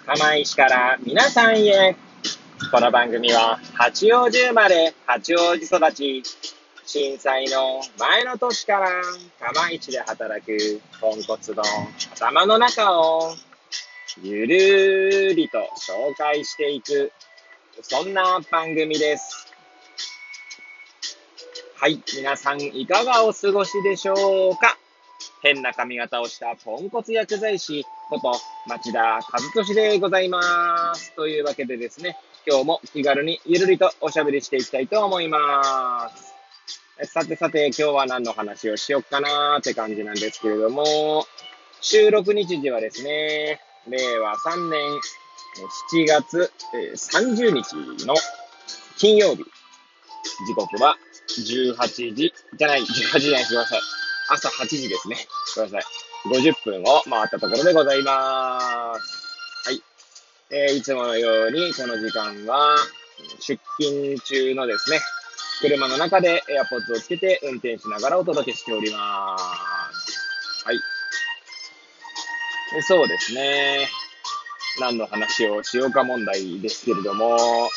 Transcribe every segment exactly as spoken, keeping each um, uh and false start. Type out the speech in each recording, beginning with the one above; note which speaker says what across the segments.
Speaker 1: 釜石から皆さんへ。この番組は八王子生まれ八王子育ち、震災の前の年から釜石で働くポンコツの頭の中をゆるりと紹介していく、そんな番組です。はい、皆さんいかがお過ごしでしょうか。変な髪型をしたポンコツ薬剤師こと町田和俊でございます。というわけでですね、今日も気軽にゆるりとおしゃべりしていきたいと思います。さてさて、今日は何の話をしよっかなーって感じなんですけれども、収録日時はですね、れいわさんねんしちがつさんじゅうにちの金曜日、時刻はじゅうはちじじゃない、じゅうはちじじゃない、すみません。朝はちじですね。ごめんなさい。ごじゅっぷんを回ったところでございます。はい。えー、いつものようにこの時間は出勤中のですね、車の中でエアポッドをつけて運転しながらお届けしております。はい。でそうですね。何の話をしようか問題ですけれども、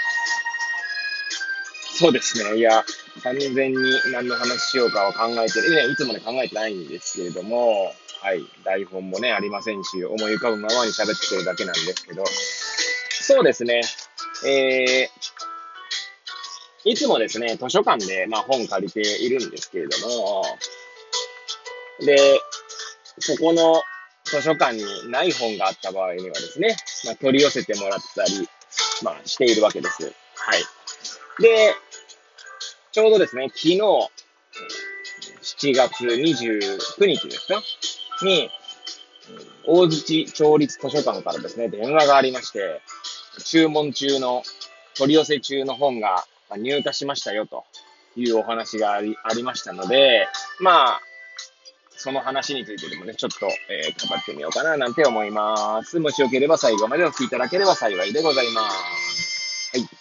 Speaker 1: そうですね。いや、完全に何の話しようかは考えてる、いつもね、考えてないんですけれども、はい。台本もね、ありませんし、思い浮かぶままに喋ってるだけなんですけど、そうですね。えー、いつもですね、図書館で、まあ、本借りているんですけれども、で、そこの図書館にない本があった場合にはですね、まあ、取り寄せてもらったり、まあ、しているわけです。はい。で、ちょうどですね、昨日、しちがつにじゅうくにちですかに、大槌町立図書館からですね、電話がありまして、注文中の、取り寄せ中の本が入荷しましたよというお話があり、ありましたので、まあ、その話についてでもね、ちょっと、えー、語ってみようかななんて思います。もしよければ最後までお聞きいただければ幸いでございます。はい。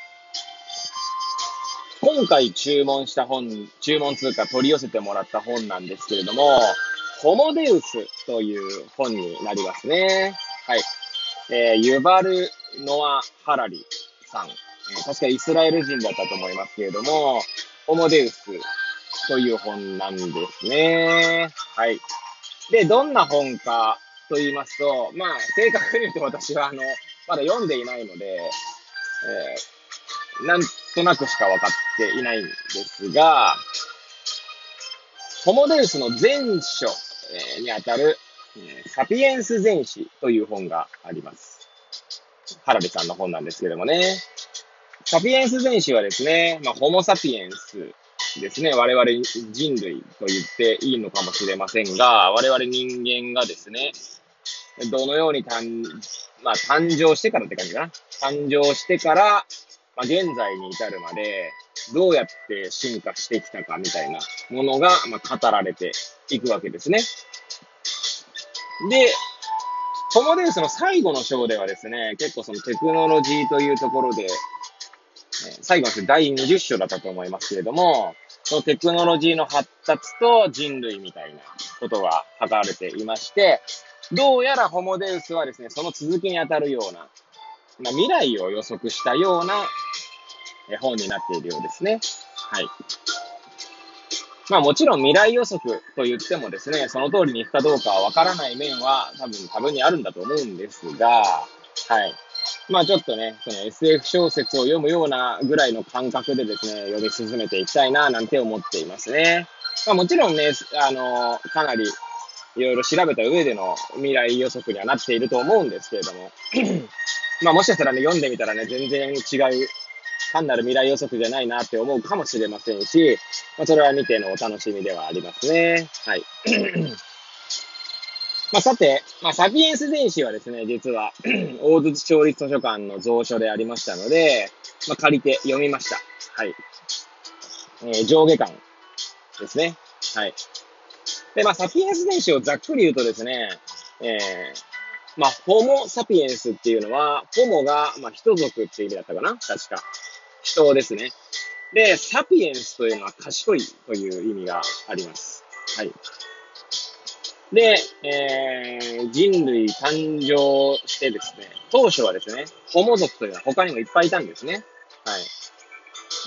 Speaker 1: 今回注文した本、注文通貨取り寄せてもらった本なんですけれども、ホモデウスという本になりますね。はい。えー、ユバル・ノア・ハラリさん。えー、確かイスラエル人だったと思いますけれども、ホモデウスという本なんですね。はい。で、どんな本かと言いますと、まあ、正確に言うと私は、あの、まだ読んでいないので、えー、なんとなくしか分かっていないんですが、ホモデウスの前書にあたる、サピエンス全史という本があります。ハラリさんの本なんですけどもね。サピエンス全史はですね、まあ、ホモサピエンスですね。我々人類と言っていいのかもしれませんが、我々人間がですね、どのように誕、まあ、誕生してからって感じかな。誕生してから、まあ、現在に至るまで、どうやって進化してきたかみたいなものが、まあ、語られていくわけですね。で、ホモデウスの最後の章ではですね、結構そのテクノロジーというところで、最後のだいにじゅっ章だったと思いますけれども、そのテクノロジーの発達と人類みたいなことが書かれていまして、どうやらホモデウスはですね、その続きにあたるような、まあ、未来を予測したような本になっているようですね。はい。まあもちろん未来予測と言ってもですね、その通りにいくかどうかはわからない面は多分多分にあるんだと思うんですが、はい。まあちょっとね、その エスエフ 小説を読むようなぐらいの感覚でですね、読み進めていきたいななんて思っていますね。まあもちろんね、あの、かなりいろいろ調べた上での未来予測にはなっていると思うんですけれども、まあもしかしたらね、読んでみたらね、全然違う単なる未来予測じゃないなって思うかもしれませんし、まあ、それは見てのお楽しみではありますね。はい。まあ、さて、まあ、サピエンス全史はですね、実は、大槌町立図書館の蔵書でありましたので、まあ、借りて読みました。はい。えー、上下巻ですね。はい。で、まあ、サピエンス全史をざっくり言うとですね、えー、まあ、ホモ・サピエンスっていうのは、ホモが、まあ、人族っていう意味だったかな確か。人ですね。で、サピエンスというのは賢いという意味があります。はい。 で、えー、人類誕生してですね、当初はですね、ホモ族というのは他にもいっぱいいたんですね。はい。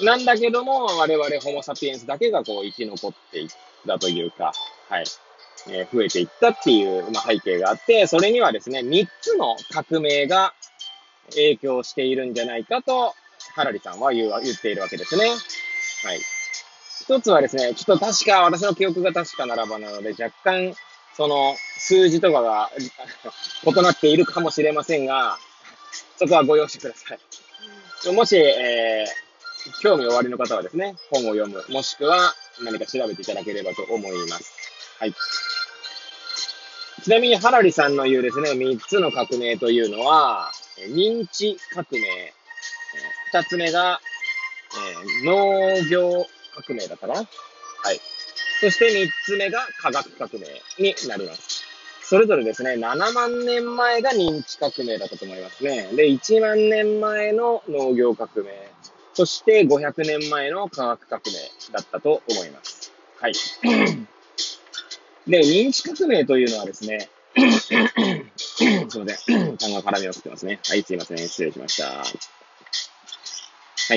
Speaker 1: なんだけども、我々ホモサピエンスだけがこう生き残っていったというか、はい。えー増えていったっていう、まあ、背景があって、それにはですね、みっつの革命が影響しているんじゃないかと、ハラリさんは言う言っているわけですね。はい。一つはですね、ちょっと確か、私の記憶が確かならばなので、若干、その、数字とかが異なっているかもしれませんが、そこはご容赦ください。もし、えー、興味おありの方はですね、本を読む、もしくは何か調べていただければと思います。はい。ちなみに、ハラリさんの言うですね、みっつの革命というのは、認知革命、ふたつめが、えー農業革命だったかな。はい。そしてみっつめが科学革命になります。それぞれですね、ななまんねんまえが認知革命だったと思いますね。で、いちまんねんまえの農業革命、そしてごひゃくねんまえの科学革命だったと思います。はい。で、認知革命というのはですね、すいません。痰が絡みを食ってますね。はい、すいません。失礼しました。はい。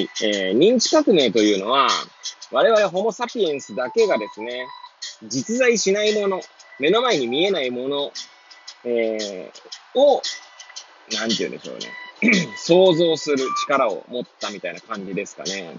Speaker 1: えー、認知革命というのは、我々ホモサピエンスだけがですね、実在しないもの、目の前に見えないもの、えー、を、なんて言うんでしょうね。想像する力を持ったみたいな感じですかね。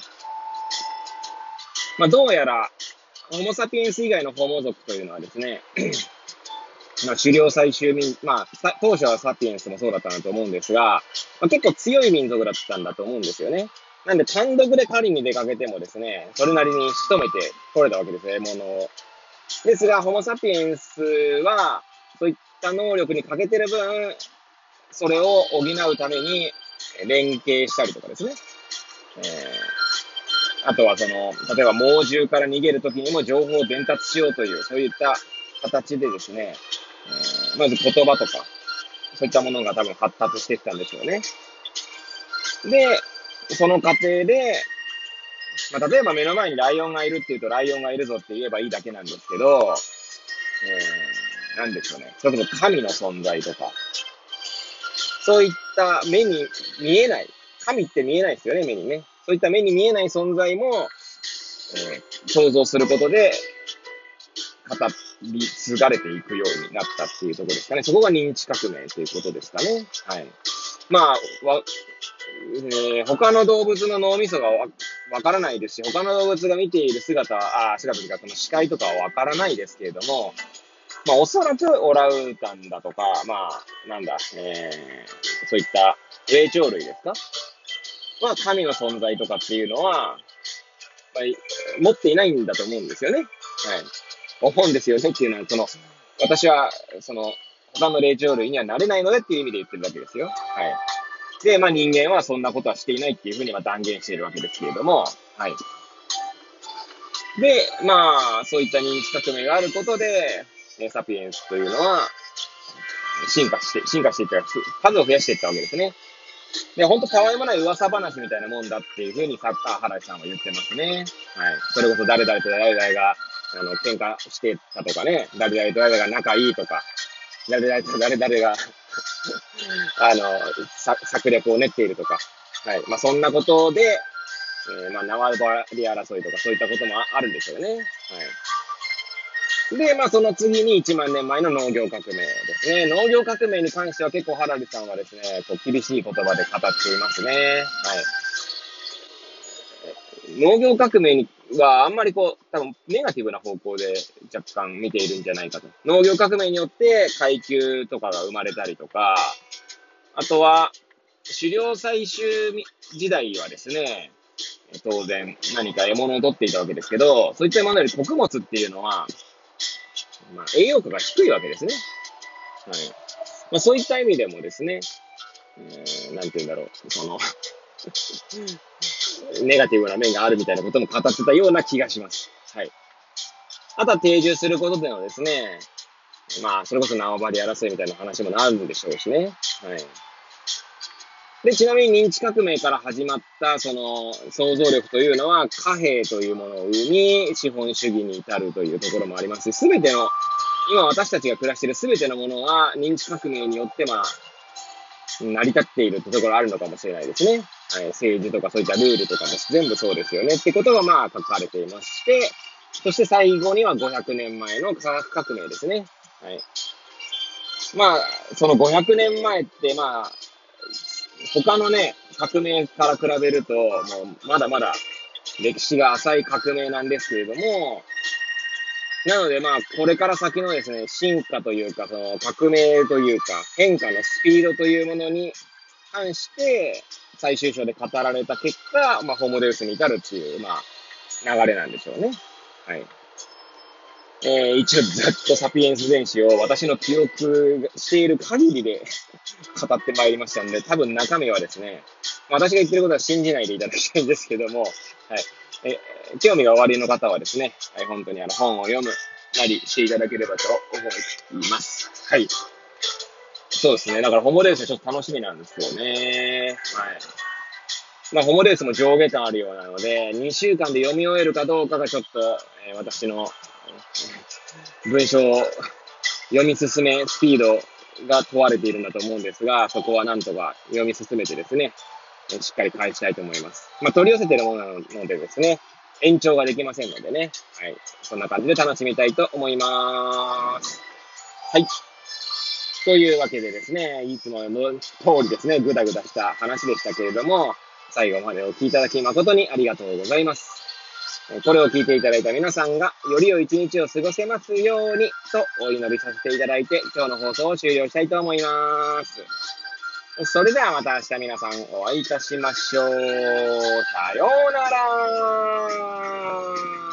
Speaker 1: まあ、どうやら、ホモサピエンス以外のホモ族というのはですね、まあ、狩猟採集民、まあ、当初はサピエンスもそうだったなと思うんですが、まあ、結構強い民族だったんだと思うんですよね。なんで単独で狩りに出かけてもですね、それなりに仕留めて取れたわけですね、ものを。ですが、ホモサピエンスは、そういった能力に欠けてる分、それを補うために連携したりとかですね。えー、あとはその、例えば猛獣から逃げるときにも情報を伝達しようという、そういった形でですね、えー、まず言葉とか、そういったものが多分発達してきたんでしょうね。で、その過程で、まあ、例えば目の前にライオンがいるって言うと、ライオンがいるぞって言えばいいだけなんですけど、えー、なんでしょうね。例えば神の存在とか、そういった目に見えない、神って見えないですよね、目にね。そういった目に見えない存在も、えー、想像することで、語り継がれていくようになったっていうところですかね。そこが認知革命ということですかね。はい。まあ、わ、えー、他の動物の脳みそがわわからないですし、他の動物が見ている姿は、あ姿というか、その視界とかはわからないですけれども、まあ、おそらくオランウータンだとか、まあ、なんだ、えー、そういった霊長類ですかまあ、神の存在とかっていうのは、まあ、持っていないんだと思うんですよね。はい。思うんですよねっていうのは、その、私は、その、他の霊長類にはなれないのでっていう意味で言ってるわけですよ。はい。で、まあ人間はそんなことはしていないっていうふうには断言しているわけですけれども、はい。で、まあ、そういった認知革命があることで、サピエンスというのは進化して、進化していった数を増やしていったわけですね。で、ほんとたわいもない噂話みたいなもんだっていうふうにサッカー原さんは言ってますね。はい。それこそ誰々と誰々が、あの、喧嘩してたとかね、誰々と誰々が仲いいとか、誰々と誰々があの、策略を練っているとか、はい。まあ、そんなことで、えー、まあ、縄張り争いとかそういったこともあるんでしょうね。はい。で、まあ、その次にいちまんねんまえの農業革命ですね。農業革命に関しては結構ハラリさんはですね、こう厳しい言葉で語っていますね。はい。農業革命にはあんまりこう、多分ネガティブな方向で若干見ているんじゃないかと。農業革命によって階級とかが生まれたりとか、あとは、狩猟採集時代はですね、当然何か獲物を取っていたわけですけど、そういったものより穀物っていうのは、まあ、栄養価が低いわけですね。はい。まあ、そういった意味でもですね、えー、なんて言うんだろう、そのネガティブな面があるみたいなことも語ってたような気がします。はい。あとは定住することでのですね、まあ、それこそ縄張り争いみたいな話もなるんでしょうしね。はい。で、ちなみに認知革命から始まった、その、想像力というのは、貨幣というものを生み、資本主義に至るというところもありますし、すべての今私たちが暮らしているすべてのものは認知革命によって、まあ、成り立っているってところあるのかもしれないですね。はい、政治とかそういったルールとかも全部そうですよねってことがまあ書かれていまして、そして最後にはごひゃくねんまえの科学革命ですね。はい。まあ、そのごひゃくねんまえって、まあ、他のね、革命から比べると、もうまだまだ歴史が浅い革命なんですけれども、なのでまあ、これから先のですね、進化というか、その革命というか、変化のスピードというものに関して、最終章で語られた結果、まあ、ホモデウスに至るっていう、まあ、流れなんでしょうね。はい。えー、一応ざっとサピエンス全史を私の記憶している限りで語ってまいりましたので、多分中身はですね、私が言ってることは信じないでいただきたいんですけども、はい。えー、興味がおありの方はですね、はい、本当にあの本を読むなりしていただければと思います。はい。そうですね。だからホモデウスちょっと楽しみなんですよね。はい。まあ、ホモデウスも上下感あるようなので、にしゅうかんで読み終えるかどうかがちょっと、えー私の文章を読み進めスピードが問われているんだと思うんですが、そこはなんとか読み進めてですね、しっかり返したいと思います。まあ、取り寄せているものなのでですね、延長ができませんのでね、はい。そんな感じで楽しみたいと思います。はい。というわけでですね、いつもの通りですね、ぐだぐだした話でしたけれども、最後までお聞きいただき誠にありがとうございます。これを聞いていただいた皆さんが、より良い一日を過ごせますように、とお祈りさせていただいて、今日の放送を終了したいと思います。それではまた明日皆さんお会いいたしましょう。さようなら。